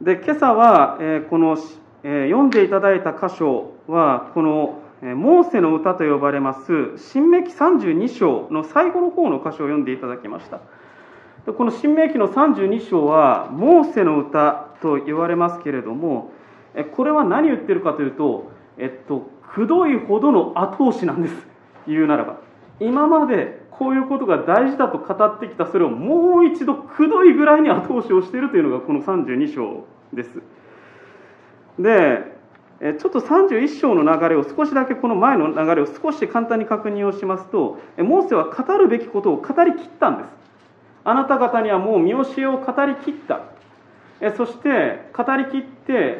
で、今朝は、この、読んでいただいた箇所は、この、モーセの歌と呼ばれます新明記32章の最後の方の箇所を読んでいただきました。この新明記の32章はモーセの歌と言われますけれども、これは何言ってるかというと、くどいほどの後押しなんです。言うならば、今までこういうことが大事だと語ってきた、それをもう一度くどいぐらいに後押しをしているというのがこの32章です。で、ちょっと31章の流れを少しだけ、この前の流れを少し簡単に確認をしますと、モーセは語るべきことを語り切ったんです。あなた方にはもう見教えを語り切った。そして語り切って、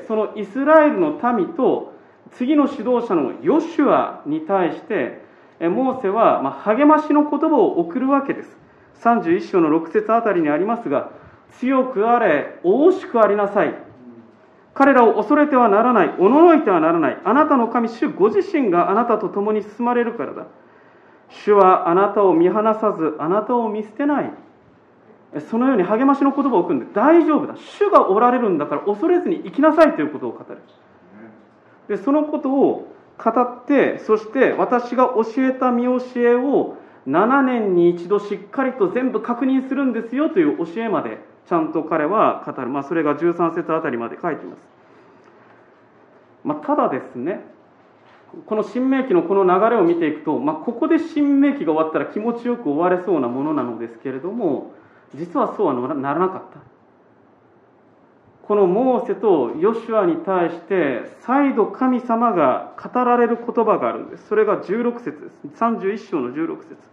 そのイスラエルの民と次の指導者のヨシュアに対してモーセは励ましの言葉を送るわけです。31章の6節あたりにありますが、強くあれ、大しくありなさい。彼らを恐れてはならない、おののいてはならない。あなたの神、主ご自身があなたと共に進まれるからだ。主はあなたを見放さず、あなたを見捨てない。そのように励ましの言葉を送るんで、大丈夫だ。主がおられるんだから恐れずに生きなさいということを語る。で、そのことを語って、そして私が教えた見教えを7年に一度しっかりと全部確認するんですよという教えまでちゃんと彼は語る。それが13節あたりまで書いています。ただですね、この新明記のこの流れを見ていくと、ここで新明記が終わったら気持ちよく終われそうなものなのですけれども、実はそうはならなかった。このモーセとヨシュアに対して再度神様が語られる言葉があるんです。それが16節です。31章の16節。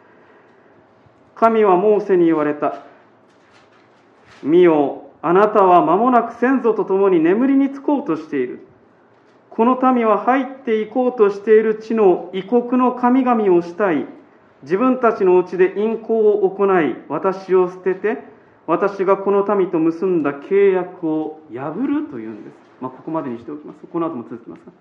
神はモーセに言われた。見よ、あなたは間もなく先祖と共に眠りにつこうとしている。この民は入っていこうとしている地の異国の神々を慕い、自分たちのうちで淫行を行い、私を捨てて、私がこの民と結んだ契約を破るというんです。ここまでにしておきます。この後も続きます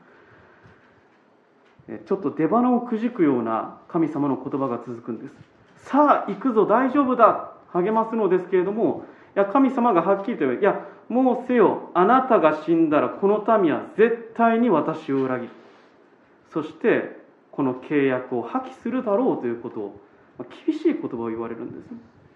が、ちょっと出花をくじくような神様の言葉が続くんです。さあ行くぞ、大丈夫だ、励ますのですけれども、神様がはっきりと言う。もうせよ、あなたが死んだらこの民は絶対に私を裏切る。そしてこの契約を破棄するだろうということを、厳しい言葉を言われるんです。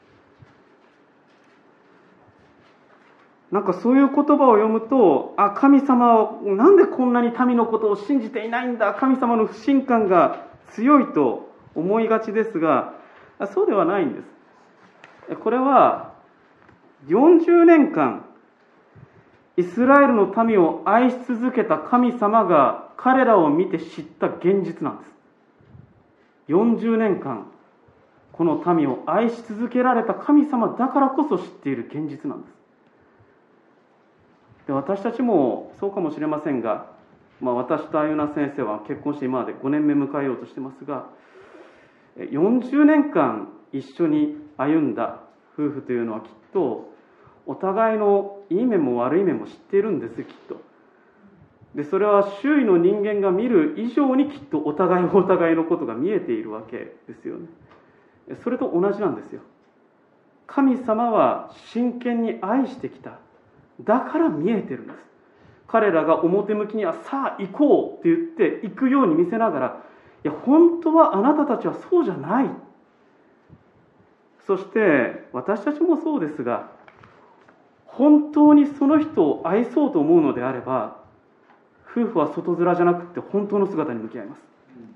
そういう言葉を読むと、神様はなんでこんなに民のことを信じていないんだ、神様の不信感が強いと思いがちですが、そうではないんです。これは40年間イスラエルの民を愛し続けた神様が彼らを見て知った現実なんです。40年間この民を愛し続けられた神様だからこそ知っている現実なんです。で、私たちもそうかもしれませんが、私とあゆな先生は結婚して今まで5年目迎えようとしてますが、40年間一緒に歩んだ夫婦というのはきっとお互いのいい面も悪い面も知っているんです、きっと。で、それは周囲の人間が見る以上にきっとお互いのことが見えているわけですよね。それと同じなんですよ。神様は真剣に愛してきた。だから見えてるんです。彼らが表向きにはさあ行こうって言って行くように見せながら、本当はあなたたちはそうじゃない。そして私たちもそうですが、本当にその人を愛そうと思うのであれば、夫婦は外面じゃなくて本当の姿に向き合います。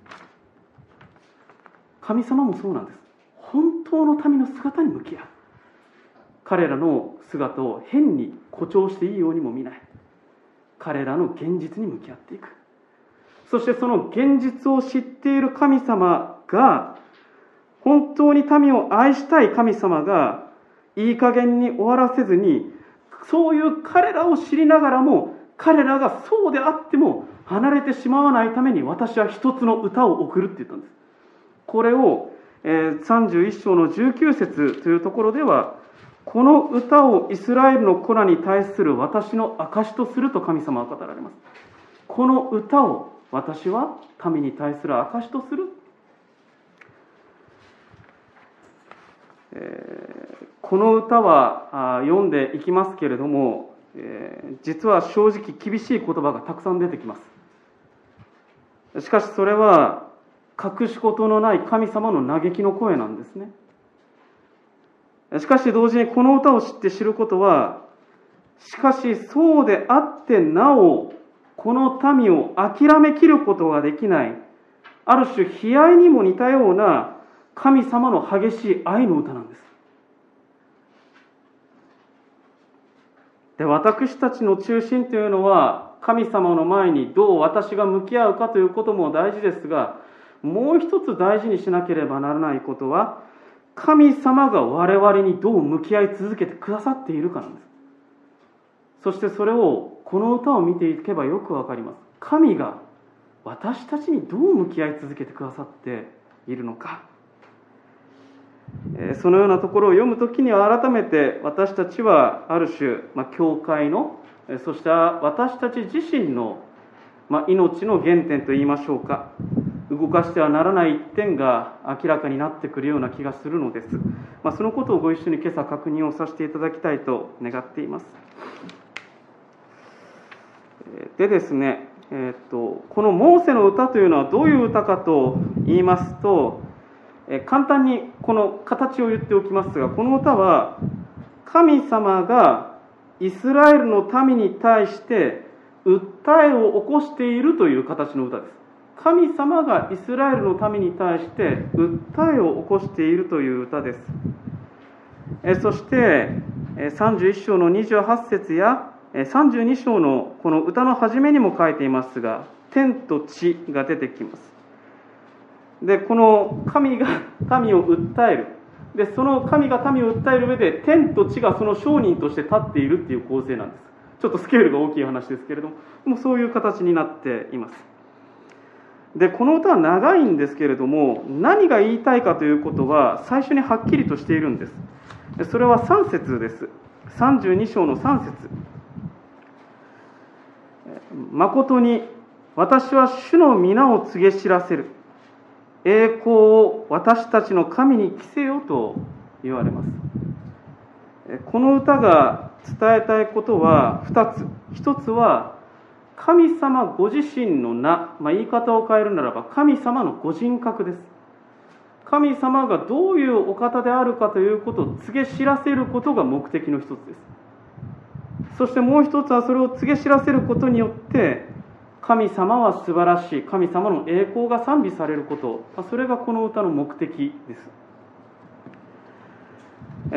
神様もそうなんです。本当の民の姿に向き合う。彼らの姿を変に誇張していいようにも見ない。彼らの現実に向き合っていく。そしてその現実を知っている神様が、本当に民を愛したい神様がいい加減に終わらせずに、そういう彼らを知りながらも、彼らがそうであっても離れてしまわないために、私は一つの歌を送るって言ったんです。これを31章の19節というところでは、この歌をイスラエルの子らに対する私の証とすると神様は語られます。この歌を私は民に対する証とする。この歌は読んでいきますけれども、 実は正直厳しい言葉がたくさん出てきます。しかしそれは隠し事のない神様の嘆きの声なんですね。しかし同時にこの歌を知って知ることは、しかしそうであってなおこの民を諦めきることができない、ある種悲哀にも似たような神様の激しい愛の歌なんです。で、私たちの中心というのは神様の前にどう私が向き合うかということも大事ですが、もう一つ大事にしなければならないことは、神様が我々にどう向き合い続けてくださっているかなんです。そしてそれをこの歌を見ていけばよくわかります。神が私たちにどう向き合い続けてくださっているのか。そのようなところを読むときには改めて私たちはある種、教会の、そして私たち自身の、命の原点といいましょうか、動かしてはならない一点が明らかになってくるような気がするのです。そのことをご一緒に今朝確認をさせていただきたいと願っています。でですね、このモーセの歌というのはどういう歌かと言いますと、簡単にこの形を言っておきますが、この歌は神様がイスラエルの民に対して訴えを起こしているという形の歌です。神様がイスラエルの民に対して訴えを起こしているという歌です。そして31章の28節や32章のこの歌の初めにも書いていますが、天と地が出てきます。で、この神が民を訴える。で、その神が民を訴える上で、天と地がその証人として立っているっていう構成なんです。ちょっとスケールが大きい話ですけれども、そういう形になっています。で、この歌は長いんですけれども、何が言いたいかということは最初にはっきりとしているんです。それは3節です。32章の3節。誠に私は主の皆を告げ知らせる。栄光を私たちの神に着せよと言われます。この歌が伝えたいことは2つ。1つは神様ご自身の名、言い方を変えるならば神様のご人格です。神様がどういうお方であるかということを告げ知らせることが目的の1つです。そしてもう1つはそれを告げ知らせることによって神様は素晴らしい、神様の栄光が賛美されること、それがこの歌の目的です。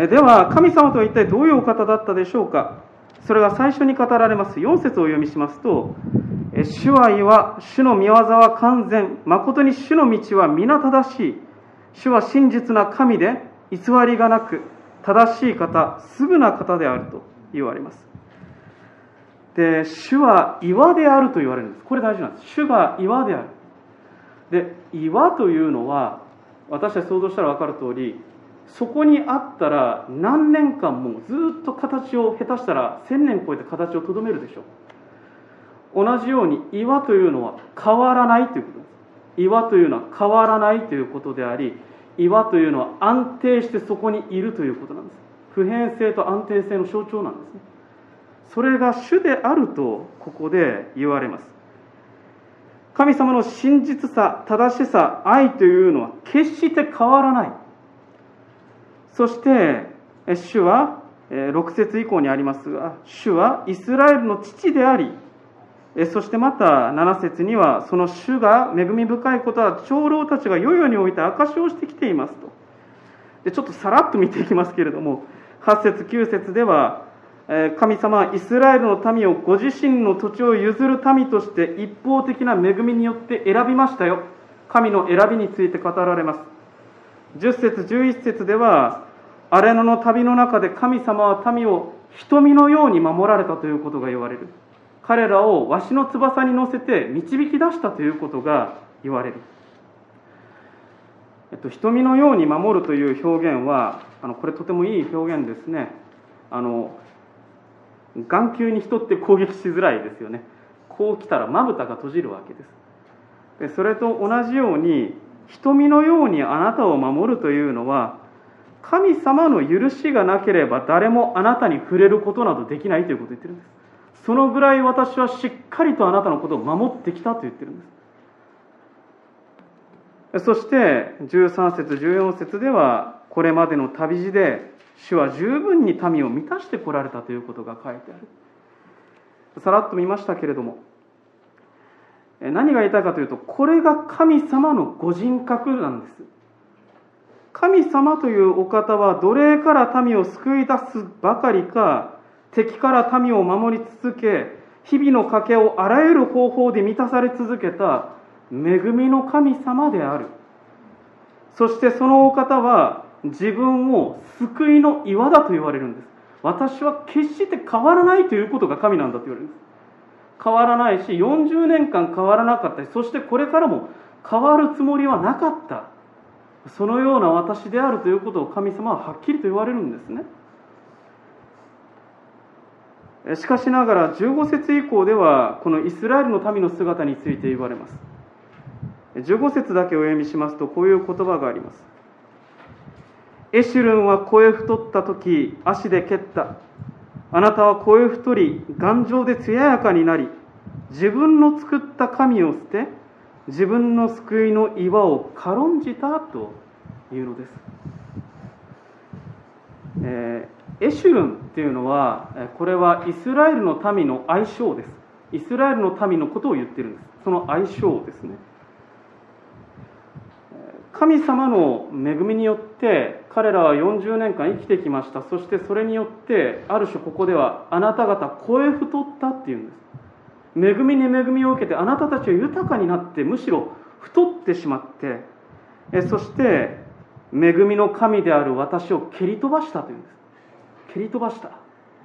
では神様とは一体どういうお方だったでしょうか。それが最初に語られます4節をお読みしますと、主は言わ、主の御業は完全、誠に主の道は皆正しい。主は真実な神で偽りがなく、正しい方、すぐな方であると言われます。で、主は岩であると言われるんです。これ大事なんです。主が岩である。で、岩というのは私たち想像したら分かる通り、そこにあったら何年間もずっと形を、下手したら1000年超えて形をとどめるでしょう。同じように岩というのは変わらないということです。岩というのは変わらないということであり、岩というのは安定してそこにいるということなんです。普遍性と安定性の象徴なんですね。それが主であるとここで言われます。神様の真実さ、正しさ、愛というのは決して変わらない。そして主は6節以降にありますが、主はイスラエルの父であり、そしてまた7節にはその主が恵み深いことは長老たちが世々において証しをしてきていますと。で、ちょっとさらっと見ていきますけれども、8節9節では神様はイスラエルの民をご自身の土地を譲る民として一方的な恵みによって選びましたよ。神の選びについて語られます。10節11節では荒野の旅の中で神様は民を瞳のように守られたということが言われる。彼らをわしの翼に乗せて導き出したということが言われる。瞳のように守るという表現はこれとてもいい表現ですね。眼球に人って攻撃しづらいですよね。こう来たらまぶたが閉じるわけです。で、それと同じように瞳のようにあなたを守るというのは、 神様の許しがなければ誰もあなたに触れることなどできないということを言ってるんです。そのぐらい私はしっかりとあなたのことを守ってきたと言ってるんです。そして13節14節では、これまでの旅路で主は十分に民を満たしてこられたということが書いてある。さらっと見ましたけれども、何が言いたいかというと、これが神様のご人格なんです。神様というお方は奴隷から民を救い出すばかりか、敵から民を守り続け、日々の賭けをあらゆる方法で満たされ続けた恵みの神様である。そしてそのお方は自分を救いの岩だと言われるんです。私は決して変わらないということが神なんだと言われるんです。変わらないし、40年間変わらなかったし、そしてこれからも変わるつもりはなかった。そのような私であるということを神様ははっきりと言われるんですね。しかしながら15節以降では、このイスラエルの民の姿について言われます。15節だけお読みしますと、こういう言葉があります。エシュルンは肥え太った時、足で蹴った。あなたは肥え太り、頑丈で艶やかになり、自分の作った神を捨て、自分の救いの岩を軽んじたというのです。エシュルンっていうのは、これはイスラエルの民の愛称です。イスラエルの民のことを言っているんです。その愛称ですね。神様の恵みによって彼らは40年間生きてきました。そしてそれによってある種ここでは、あなた方肥え太ったっていうんです。恵みに恵みを受けてあなたたちは豊かになって、むしろ太ってしまって、そして恵みの神である私を蹴り飛ばしたというんです。蹴り飛ばした。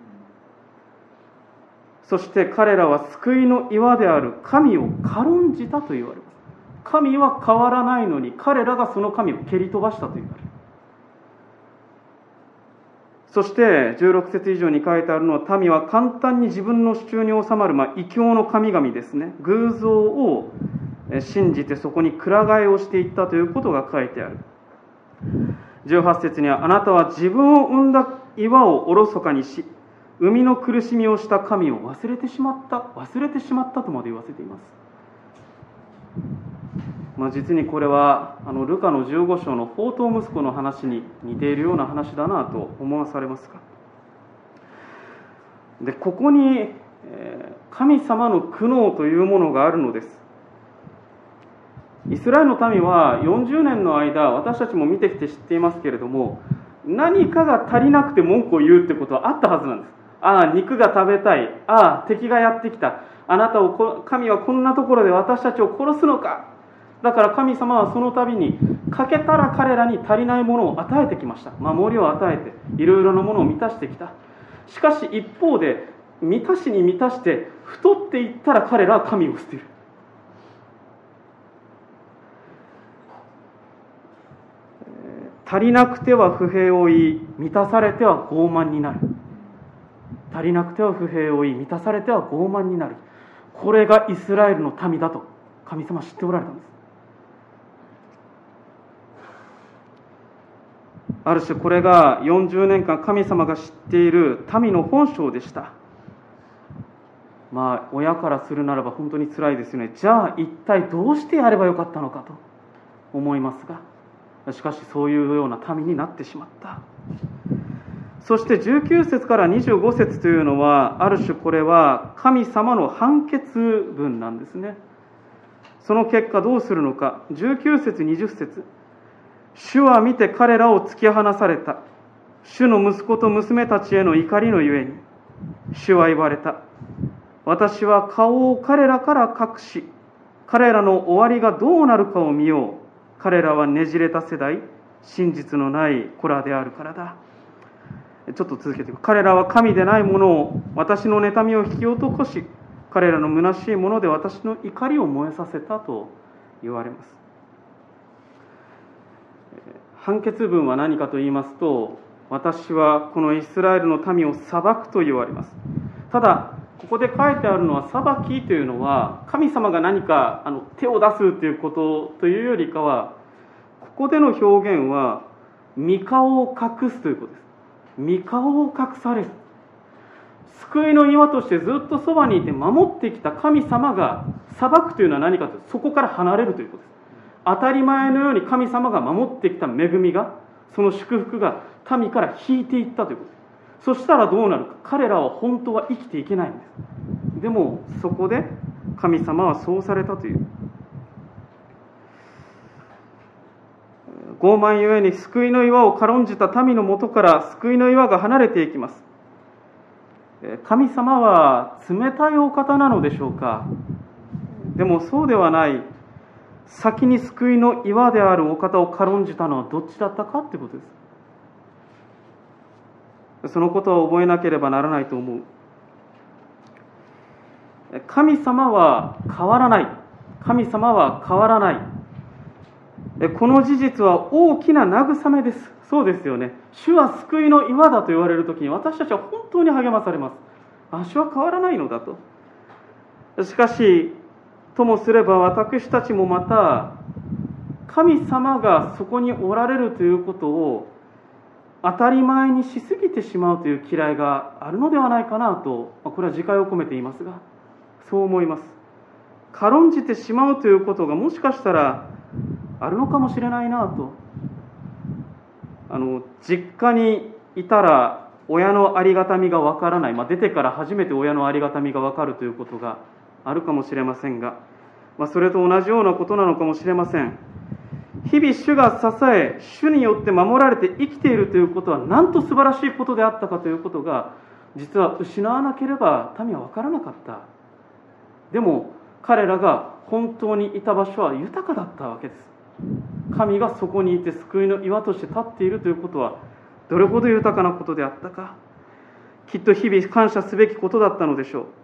そして彼らは救いの岩である神を軽んじたと言われます。神は変わらないのに、彼らがその神を蹴り飛ばしたと言われる。そして16節以上に書いてあるのは、民は簡単に自分の手中に収まる、異教の神々ですね、偶像を信じてそこにくら替えをしていったということが書いてある。18節には、あなたは自分を生んだ岩をおろそかにし、生みの苦しみをした神を忘れてしまったとまで言わせています。実にこれはルカの15章の放蕩息子の話に似ているような話だなと思わされますが、でここに神様の苦悩というものがあるのです。イスラエルの民は40年の間、私たちも見てきて知っていますけれども、何かが足りなくて文句を言うってことはあったはずなんです。ああ、肉が食べたい。ああ、敵がやってきた。あなたを神はこんなところで私たちを殺すのか。だから神様はその度に欠けたら彼らに足りないものを与えてきました。守りを与えていろいろなものを満たしてきた。しかし一方で、満たしに満たして太っていったら彼らは神を捨てる。足りなくては不平を言い、満たされては傲慢になる。足りなくては不平を言い、満たされては傲慢になる。これがイスラエルの民だと神様は知っておられたんです。ある種これが40年間神様が知っている民の本性でした。親からするならば本当に辛いですよね。じゃあ一体どうしてやればよかったのかと思いますが、しかしそういうような民になってしまった。そして19節から25節というのは、ある種これは神様の判決文なんですね。その結果どうするのか。19節20節、主は見て彼らを突き放された。主の息子と娘たちへの怒りのゆえに、主は言われた。私は顔を彼らから隠し、彼らの終わりがどうなるかを見よう。彼らはねじれた世代、真実のない子らであるからだ。ちょっと続けて、彼らは神でないものを、私の妬みを引き落とし、彼らの虚しいもので私の怒りを燃えさせたと言われます。判決文は何かと言いますと、私はこのイスラエルの民を裁くと言われます。ただここで書いてあるのは、裁きというのは神様が何か手を出すということというよりかは、ここでの表現は御顔を隠すということです。御顔を隠される。救いの岩としてずっとそばにいて守ってきた神様が裁くというのは何かというと、そこから離れるということです。当たり前のように神様が守ってきた恵みが、その祝福が民から引いていったということです。そしたらどうなるか。彼らは本当は生きていけないんです。でもそこで神様はそうされたという。傲慢ゆえに救いの岩を軽んじた民のもとから救いの岩が離れていきます。神様は冷たいお方なのでしょうか。でもそうではない。先に救いの岩であるお方を軽んじたのはどっちだったかということです。そのことを覚えなければならないと思う。神様は変わらない。神様は変わらない。この事実は大きな慰めです。そうですよね。主は救いの岩だと言われるときに、私たちは本当に励まされます。主は変わらないのだと。しかしともすれば、私たちもまた神様がそこにおられるということを当たり前にしすぎてしまうという嫌いがあるのではないかなと、これは自戒を込めて言いますが、そう思います。軽んじてしまうということがもしかしたらあるのかもしれないなと。実家にいたら親のありがたみがわからない、出てから初めて親のありがたみがわかるということがあるかもしれませんが、それと同じようなことなのかもしれません。日々主が支え、主によって守られて生きているということはなんと素晴らしいことであったかということが、実は失わなければ民は分からなかった。でも彼らが本当にいた場所は豊かだったわけです。神がそこにいて救いの岩として立っているということはどれほど豊かなことであったか。きっと日々感謝すべきことだったのでしょ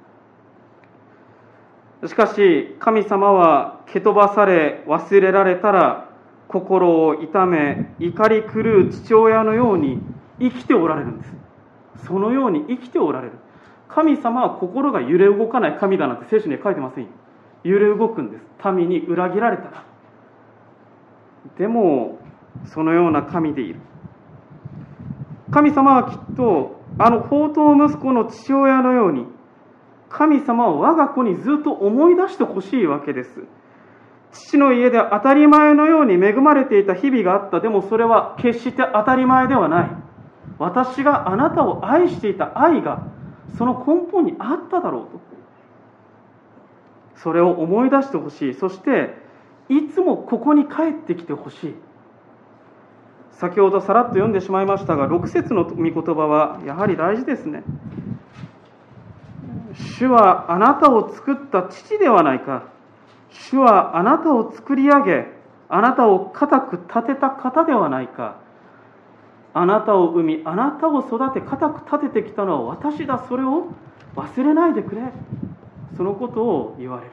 う。しかし神様は蹴飛ばされ忘れられたら心を痛め怒り狂う父親のように生きておられるんです。そのように生きておられる。神様は心が揺れ動かない神だなんて聖書には書いてませんよ。揺れ動くんです。民に裏切られたら。でもそのような神でいる。神様はきっと放蕩息子の父親のように、神様を我が子にずっと思い出してほしいわけです。父の家で当たり前のように恵まれていた日々があった。でもそれは決して当たり前ではない。私があなたを愛していた愛がその根本にあっただろうと。それを思い出してほしい。そしていつもここに帰ってきてほしい。先ほどさらっと読んでしまいましたが、6節の御言葉はやはり大事ですね。主はあなたを作った父ではないか。主はあなたを作り上げ、あなたを固く立てた方ではないか。あなたを産み、あなたを育て、固く立ててきたのは私だ。それを忘れないでくれ。そのことを言われ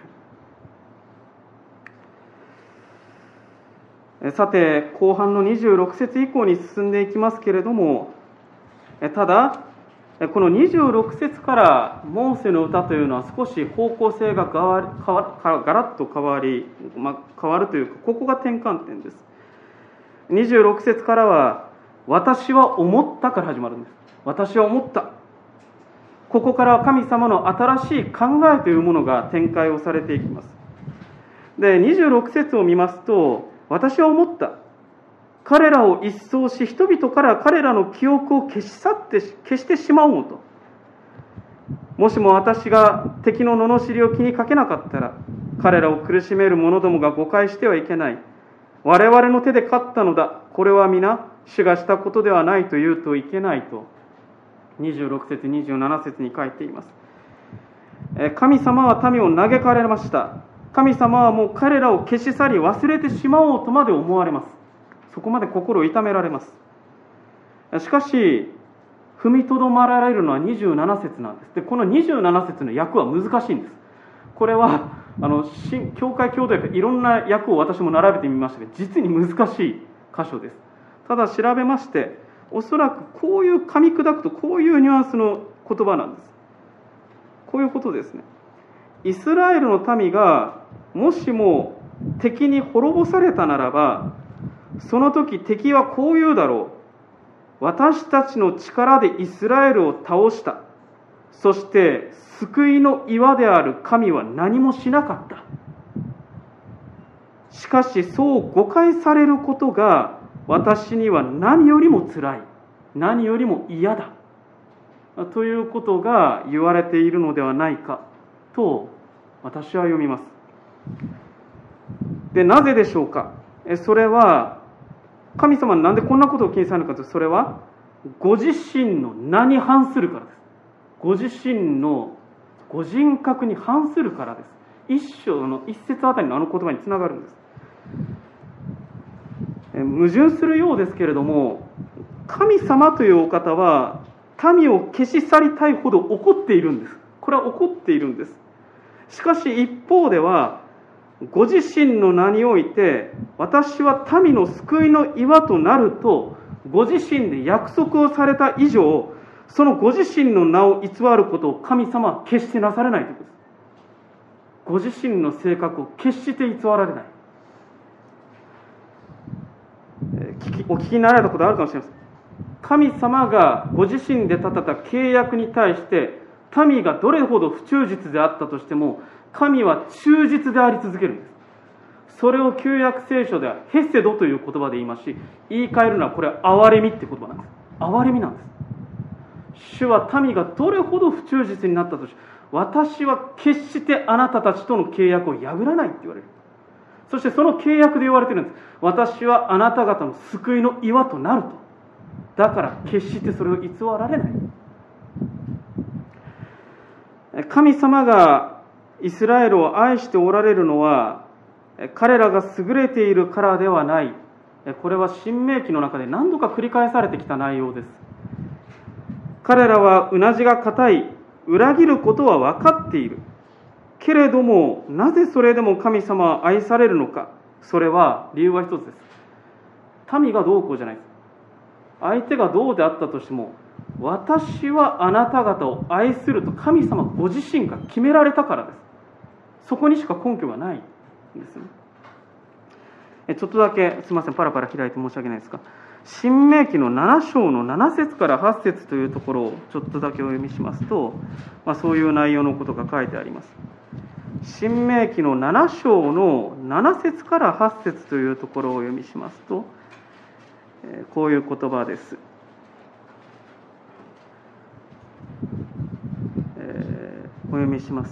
る。さて、後半の26節以降に進んでいきますけれども、ただこの26節からモーセの歌というのは少し方向性がガラッと変わるというか、ここが転換点です。26節からは私は思ったから始まるんです。私は思った。ここから神様の新しい考えというものが展開をされていきます。で、26節を見ますと、私は思った。彼らを一掃し、人々から彼らの記憶を消してしまおうと。もしも私が敵の罵りを気にかけなかったら、彼らを苦しめる者どもが誤解してはいけない。我々の手で勝ったのだ。これは皆、主がしたことではないと言うといけないと、26節、27節に書いています。神様は民を嘆かれました。神様はもう彼らを消し去り忘れてしまおうとまで思われます。そこまで心を痛められます。しかし踏みとどまられるのは27節なんです。で、この27節の訳は難しいんです。これは教会教導訳いろんな訳を私も並べてみましたが、実に難しい箇所です。ただ調べまして、おそらくこういう噛み砕くとこういうニュアンスの言葉なんです。こういうことですね。イスラエルの民がもしも敵に滅ぼされたならば、 その時敵はこう言うだろう。私たちの力でイスラエルを倒した。そして救いの岩である神は何もしなかった。しかしそう誤解されることが私には何よりもつらい、何よりも嫌だということが言われているのではないかと私は読みます。で、なぜでしょうか。それは神様はなんでこんなことを気にされるのかというと、それはご自身の名に反するからです。ご自身のご人格に反するからです。一章の一節あたりのあの言葉につながるんです。矛盾するようですけれども、神様というお方は民を消し去りたいほど怒っているんです。これは怒っているんです。しかし一方では、ご自身の名において私は民の救いの岩となるとご自身で約束をされた以上、そのご自身の名を偽ることを神様は決してなされないということです。ご自身の性格を決して偽られない。お聞きになられたことあるかもしれません。神様がご自身で立てた契約に対して民がどれほど不忠実であったとしても、神は忠実であり続けるんです。それを旧約聖書ではヘセドという言葉で言いますし、言い換えるのはこれは憐れみって言葉なんです。憐れみなんです。主は民がどれほど不忠実になったとして、私は決してあなたたちとの契約を破らないって言われる。そしてその契約で言われているんです。私はあなた方の救いの岩となると。だから決してそれを偽られない。神様がイスラエルを愛しておられるのは彼らが優れているからではない。これは新明記の中で何度か繰り返されてきた内容です。彼らはうなじが固い、裏切ることは分かっているけれども、なぜそれでも神様は愛されるのか。それは理由は一つです。民がどうこうじゃないです。相手がどうであったとしても、私はあなた方を愛すると神様ご自身が決められたからです。そこにしか根拠がないんですね。ちょっとだけすみません、パラパラ開いて申し訳ないですが、新明記の7章の7節から8節というところをちょっとだけお読みしますと、そういう内容のことが書いてあります。新明記の7章の7節から8節というところをお読みしますと、こういう言葉です。お読みします。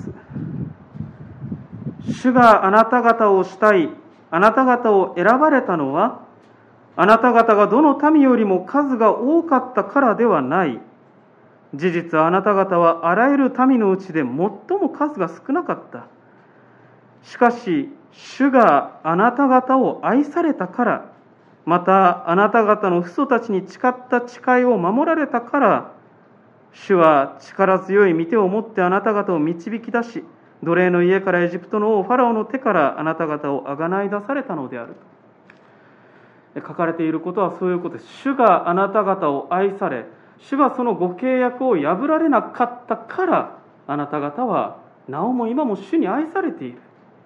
主があなた方を慕い、あなた方を選ばれたのは、あなた方がどの民よりも数が多かったからではない。事実、あなた方はあらゆる民のうちで最も数が少なかった。しかし、主があなた方を愛されたから、またあなた方の父祖たちに誓った誓いを守られたから、主は力強い御手を持ってあなた方を導き出し、奴隷の家からエジプトの王ファラオの手からあなた方をあがない出されたのであると書かれていることはそういうことです。主があなた方を愛され、主がそのご契約を破られなかったから、あなた方はなおも今も主に愛されている。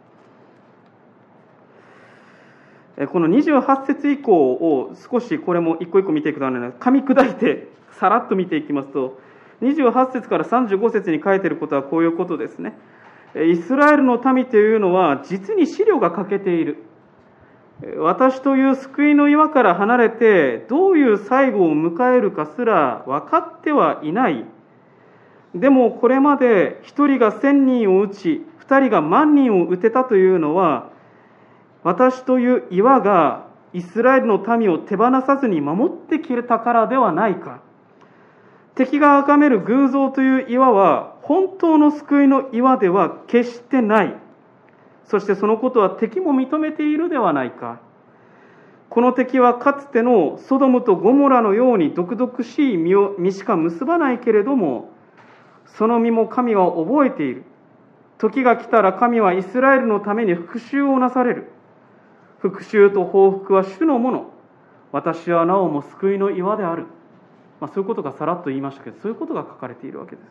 この28節以降を少しこれも一個一個見ていくので噛み砕いてさらっと見ていきますと、28節から35節に書いていることはこういうことですね。イスラエルの民というのは実に思慮が欠けている。私という救いの岩から離れてどういう最後を迎えるかすら分かってはいない。でもこれまで1人が1000人を撃ち2人が1,000人を撃てたというのは、私という岩がイスラエルの民を手放さずに守ってきたからではないか。敵が崇める偶像という岩は本当の救いの岩では決してない。そしてそのことは敵も認めているではないか。この敵はかつてのソドムとゴモラのように毒々しい実しか結ばないけれども、その実も神は覚えている。時が来たら神はイスラエルのために復讐をなされる。復讐と報復は主のもの。私はなおも救いの岩である。そういうことがさらっと言いましたけど、そういうことが書かれているわけです。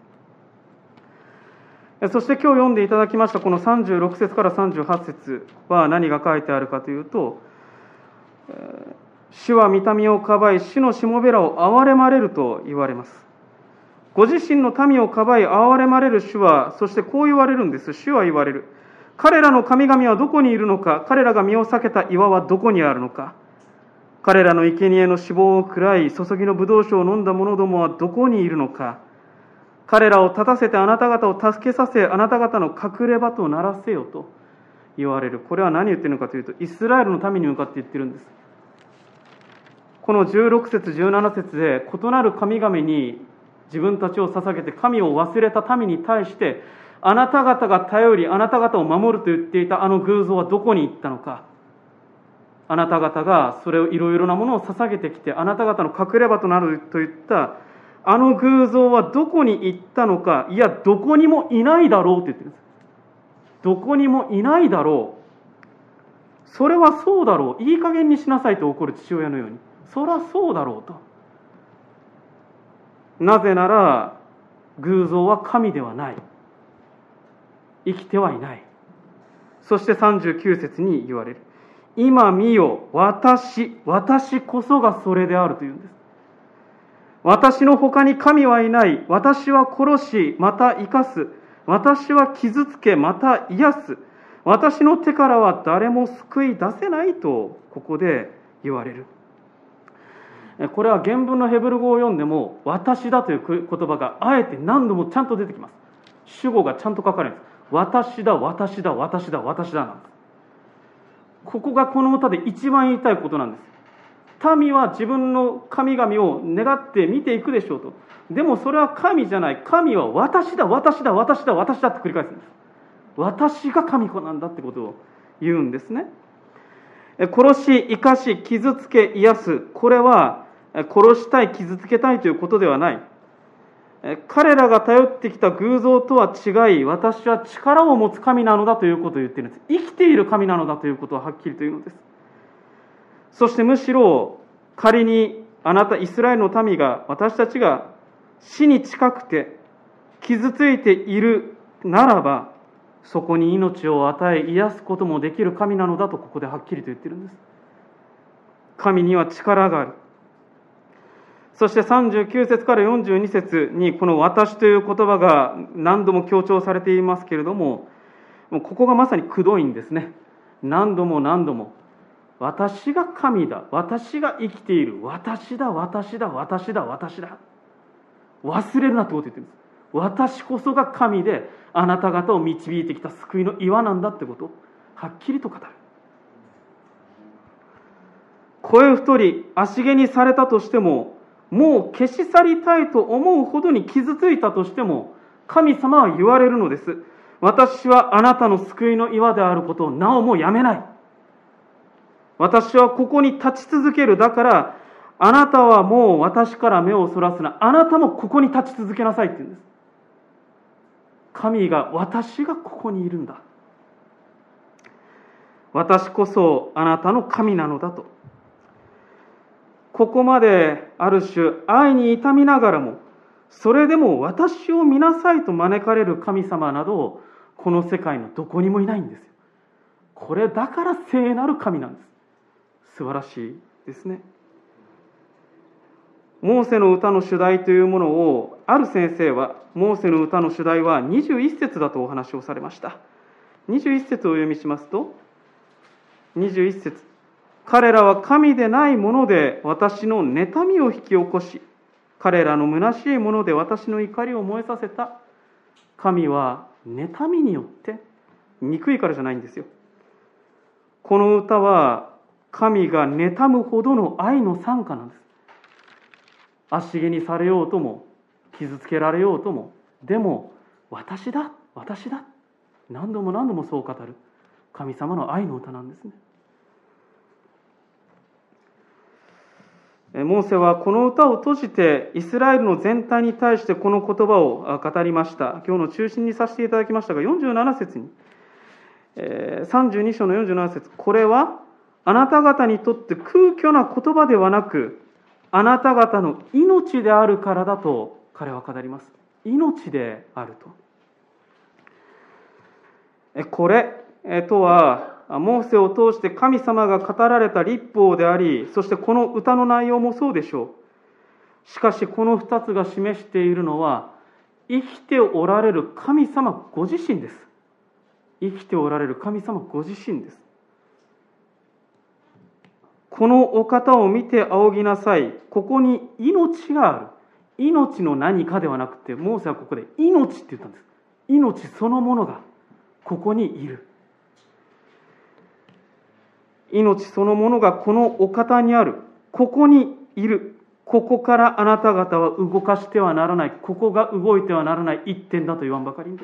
そして今日読んでいただきましたこの36節から38節は何が書いてあるかというと、 主は御民をかばい、主のしもべらを憐れまれると言われます。ご自身の民をかばい憐れまれる主は、そしてこう言われるんです。主は言われる。彼らの神々はどこにいるのか、彼らが身を避けた岩はどこにあるのか。彼らの生贄の脂肪を食らい、注ぎの葡萄酒を飲んだ者どもはどこにいるのか。彼らを立たせてあなた方を助けさせ、あなた方の隠れ場とならせよと言われる。これは何言っているのかというと、イスラエルの民に向かって言ってるんです。この16節17節で異なる神々に自分たちを捧げて神を忘れた民に対して、あなた方が頼り、あなた方を守ると言っていたあの偶像はどこに行ったのか。あなた方がそれをいろいろなものを捧げてきて、あなた方の隠れ場となるといったあの偶像はどこに行ったのか。いや、どこにもいないだろうと言ってるんです。どこにもいないだろう。それはそうだろう。いい加減にしなさいと怒る父親のように。そりゃそうだろうと。なぜなら偶像は神ではない。生きてはいない。そして39節に言われる。今見よ、私こそがそれであるというんです。私の他に神はいない。私は殺し、また生かす。私は傷つけ、また癒す。私の手からは誰も救い出せないと、ここで言われる。これは原文のヘブル語を読んでも、私だという言葉があえて何度もちゃんと出てきます。主語がちゃんと書かれるんです。私だ、私だ、私だ、私だなんです。ここがこの歌で一番言いたいことなんです。民は自分の神々を願って見ていくでしょうと。でもそれは神じゃない。神は私だ、私だ、私だ、私だって繰り返すんです。私が神子なんだってことを言うんですね。殺し、生かし、傷つけ、癒す。これは殺したい、傷つけたいということではない。彼らが頼ってきた偶像とは違い、私は力を持つ神なのだということを言っているんです。生きている神なのだということをはっきりと言うのです。そしてむしろ仮にあなたイスラエルの民が、私たちが死に近くて傷ついているならば、そこに命を与え癒すこともできる神なのだとここではっきりと言っているんです。神には力がある。そして39節から42節にこの私という言葉が何度も強調されていますけれども、ここがまさにくどいんですね。何度も何度も私が神だ、私が生きている、私だ、私だ、私だ、私だ。忘れるなってことを言ってるんです。私こそが神で、あなた方を導いてきた救いの岩なんだってことをはっきりと語る。声太り、足毛にされたとしても、もう消し去りたいと思うほどに傷ついたとしても、神様は言われるのです。私はあなたの救いの岩であることをなおもやめない。私はここに立ち続ける。だから、あなたはもう私から目をそらすな。あなたもここに立ち続けなさいって言うんです。神が、私がここにいるんだ。私こそあなたの神なのだと。ここまである種愛に痛みながらも、それでも私を見なさいと招かれる神様など、この世界のどこにもいないんですよ。これだから聖なる神なんです。素晴らしいですね。モーセの歌の主題というものを、ある先生はモーセの歌の主題は21節だとお話をされました。21節をお読みしますと、21節、彼らは神でないもので私の妬みを引き起こし、彼らの虚しいもので私の怒りを燃えさせた。神は妬みによって、憎いからじゃないんですよ。この歌は神が妬むほどの愛の賛歌なんです。足毛にされようとも、傷つけられようとも、でも私だ、私だ、何度も何度もそう語る神様の愛の歌なんですね。モーセはこの歌を閉じてイスラエルの全体に対してこの言葉を語りました。今日の中心にさせていただきましたが、47節に、32章の47節、これはあなた方にとって空虚な言葉ではなく、あなた方の命であるからだと彼は語ります。命であると。これとはモーセを通して神様が語られた律法であり、そしてこの歌の内容もそうでしょう。しかしこの2つが示しているのは、生きておられる神様ご自身です。生きておられる神様ご自身です。このお方を見て仰ぎなさい。ここに命がある。命の何かではなくて、モーセはここで命って言ったんです。命そのものがここにいる。命そのものがこのお方にある。ここにいる。ここからあなた方は動かしてはならない。ここが動いてはならない一点だと言わんばかりです。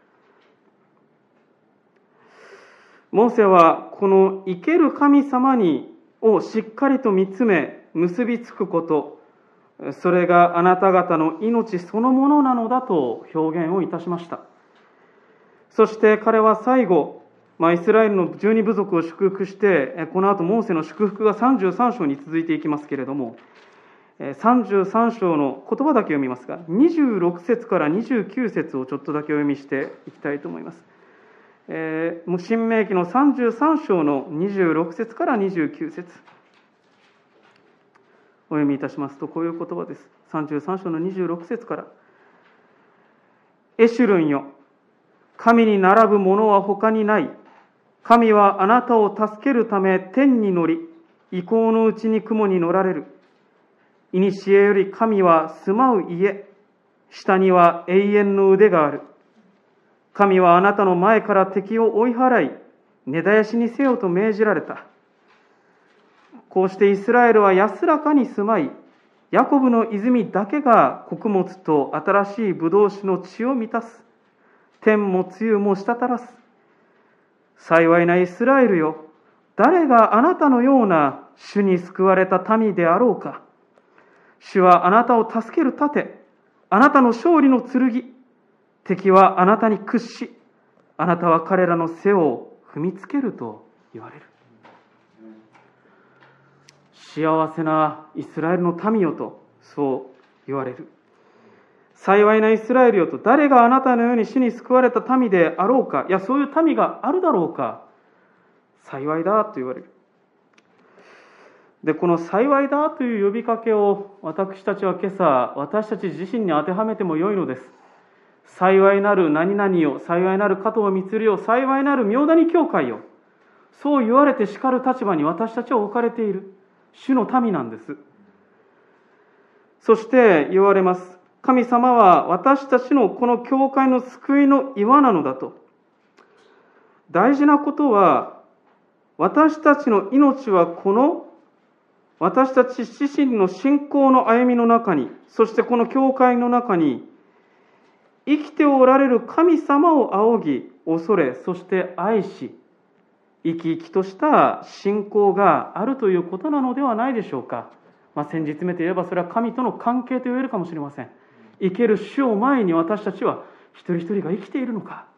モーセはこの生ける神様をしっかりと見つめ結びつくこと、それがあなた方の命そのものなのだと表現をいたしました。そして彼は最後、イスラエルの12部族を祝福して、この後モーセの祝福が33章に続いていきますけれども、33章の言葉だけ読みますが、26節から29節をちょっとだけお読みしていきたいと思います。新明記の33章の26節から29節お読みいたしますと、こういう言葉です。33章の26節から。エシュルンよ、神に並ぶものは他にない。神はあなたを助けるため天に乗り、異光のうちに雲に乗られる。いにしえより神は住まう家、下には永遠の腕がある。神はあなたの前から敵を追い払い、根絶やしにせよと命じられた。こうしてイスラエルは安らかに住まい、ヤコブの泉だけが穀物と新しいブドウ酒の地を満たす。天も露も滴らす。幸いなイスラエルよ、誰があなたのような主に救われた民であろうか。主はあなたを助ける盾、あなたの勝利の剣。敵はあなたに屈し、あなたは彼らの背を踏みつけると言われる。幸せなイスラエルの民よとそう言われる。幸いなイスラエルよと、誰があなたのように主に救われた民であろうか。いや、そういう民があるだろうか。幸いだと言われる。で、この幸いだという呼びかけを私たちは今朝、私たち自身に当てはめてもよいのです。幸いなる何々よ、幸いなる加藤満よ、幸いなる明谷教会よ。そう言われて叱る立場に私たちは置かれている。主の民なんです。そして言われます。神様は私たちのこの教会の救いの岩なのだと。大事なことは、私たちの命はこの私たち自身の信仰の歩みの中に、そしてこの教会の中に、生きておられる神様を仰ぎ、恐れ、そして愛し、生き生きとした信仰があるということなのではないでしょうか。先日目といえばそれは神との関係と言えるかもしれません。生ける主を前に私たちは一人一人が生きているのか。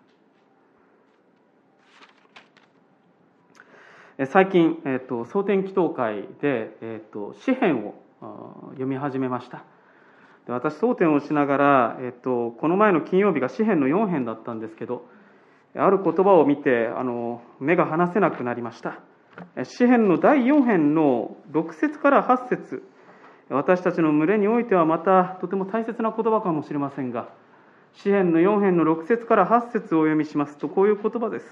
最近、蒼天祈祷会で、詩編を読み始めました。で、私、蒼天をしながら、この前の金曜日が詩編の4編だったんですけど、ある言葉を見て目が離せなくなりました。詩編の第4編の6節から8節、私たちの群れにおいてはまたとても大切な言葉かもしれませんが、詩編の4編の6節から8節をお読みしますと、こういう言葉です。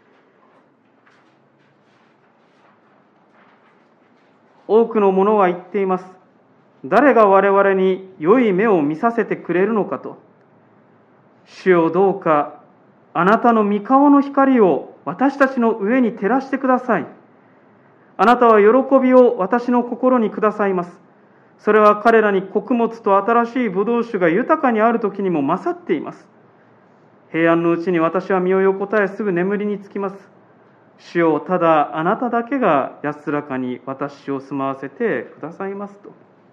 多くの者は言っています。誰が我々に良い目を見させてくれるのかと。主よ、どうかあなたの御顔の光を私たちの上に照らしてください。あなたは喜びを私の心にくださいます。それは彼らに穀物と新しいブドウ酒が豊かにある時にも勝っています。平安のうちに私は身を横たえすぐ眠りにつきます。主よ、ただあなただけが安らかに私を住まわせてくださいますと。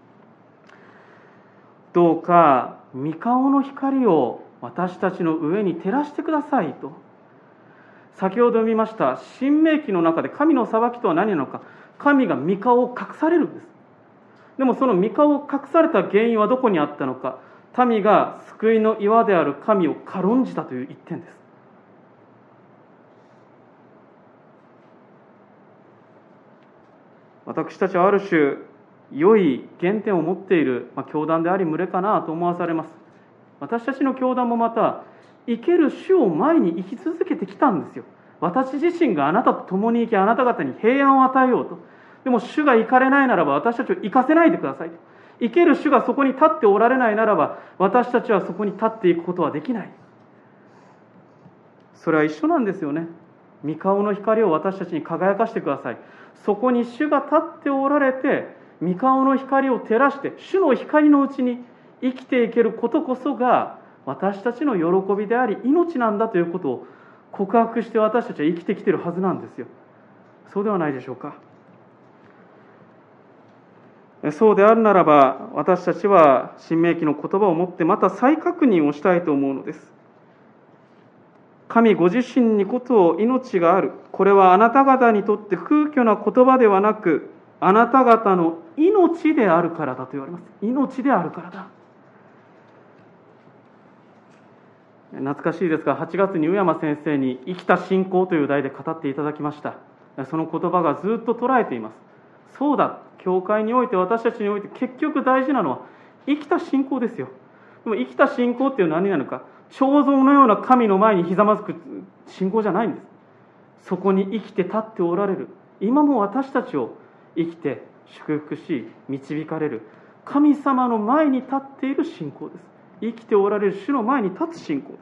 どうか御顔の光を私たちの上に照らしてくださいと。先ほど読みました新明記の中で神の裁きとは何なのか。神が御顔を隠されるんです。でもその御顔を隠された原因はどこにあったのか。民が救いの岩である神を軽んじたという一点です。 私たちはある種良い原点を持っている教団であり群れかなと思わされます。私たちの教団もまた生ける主を前に生き続けてきたんですよ。私自身があなたと共に生き、あなた方に平安を与えようと。でも主が行かれないならば私たちを行かせないでくださいと。生ける主がそこに立っておられないならば私たちはそこに立っていくことはできない。それは一緒なんですよね。御顔の光を私たちに輝かしてください。そこに主が立っておられて、御顔の光を照らして主の光のうちに生きていけることこそが私たちの喜びであり命なんだということを告白して私たちは生きてきているはずなんですよ。そうではないでしょうか。そうであるならば私たちは新明記の言葉を持ってまた再確認をしたいと思うのです。神ご自身にことを命がある。これはあなた方にとって空虚な言葉ではなく、あなた方の命であるからだと言われます。命であるからだ。懐かしいですが、8月に宇山先生に生きた信仰という題で語っていただきました。その言葉がずっと捉えています。そうだ、教会において私たちにおいて結局大事なのは生きた信仰ですよ。でも生きた信仰っていうのは何なのか、彫像のような神の前にひざまずく信仰じゃないんです。そこに生きて立っておられる、今も私たちを生きて祝福し導かれる神様の前に立っている信仰です。生きておられる主の前に立つ信仰です。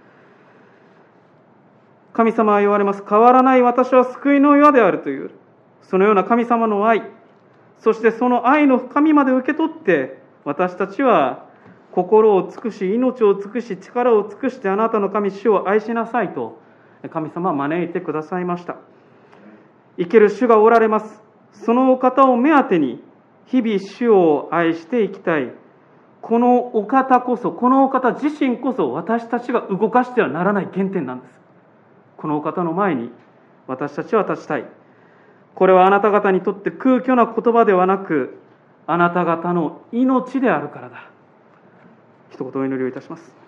神様は言われます。変わらない私は救いの岩であるという、そのような神様の愛、そしてその愛の深みまで受け取って私たちは心を尽くし命を尽くし力を尽くしてあなたの神主を愛しなさいと神様は招いてくださいました。生ける主がおられます。そのお方を目当てに日々主を愛していきたい。このお方こそ、このお方自身こそ私たちが動かしてはならない原点なんです。このお方の前に私たちは立ちたい。これはあなた方にとって空虚な言葉ではなく、あなた方の命であるからだ。一言お祈りをいたします。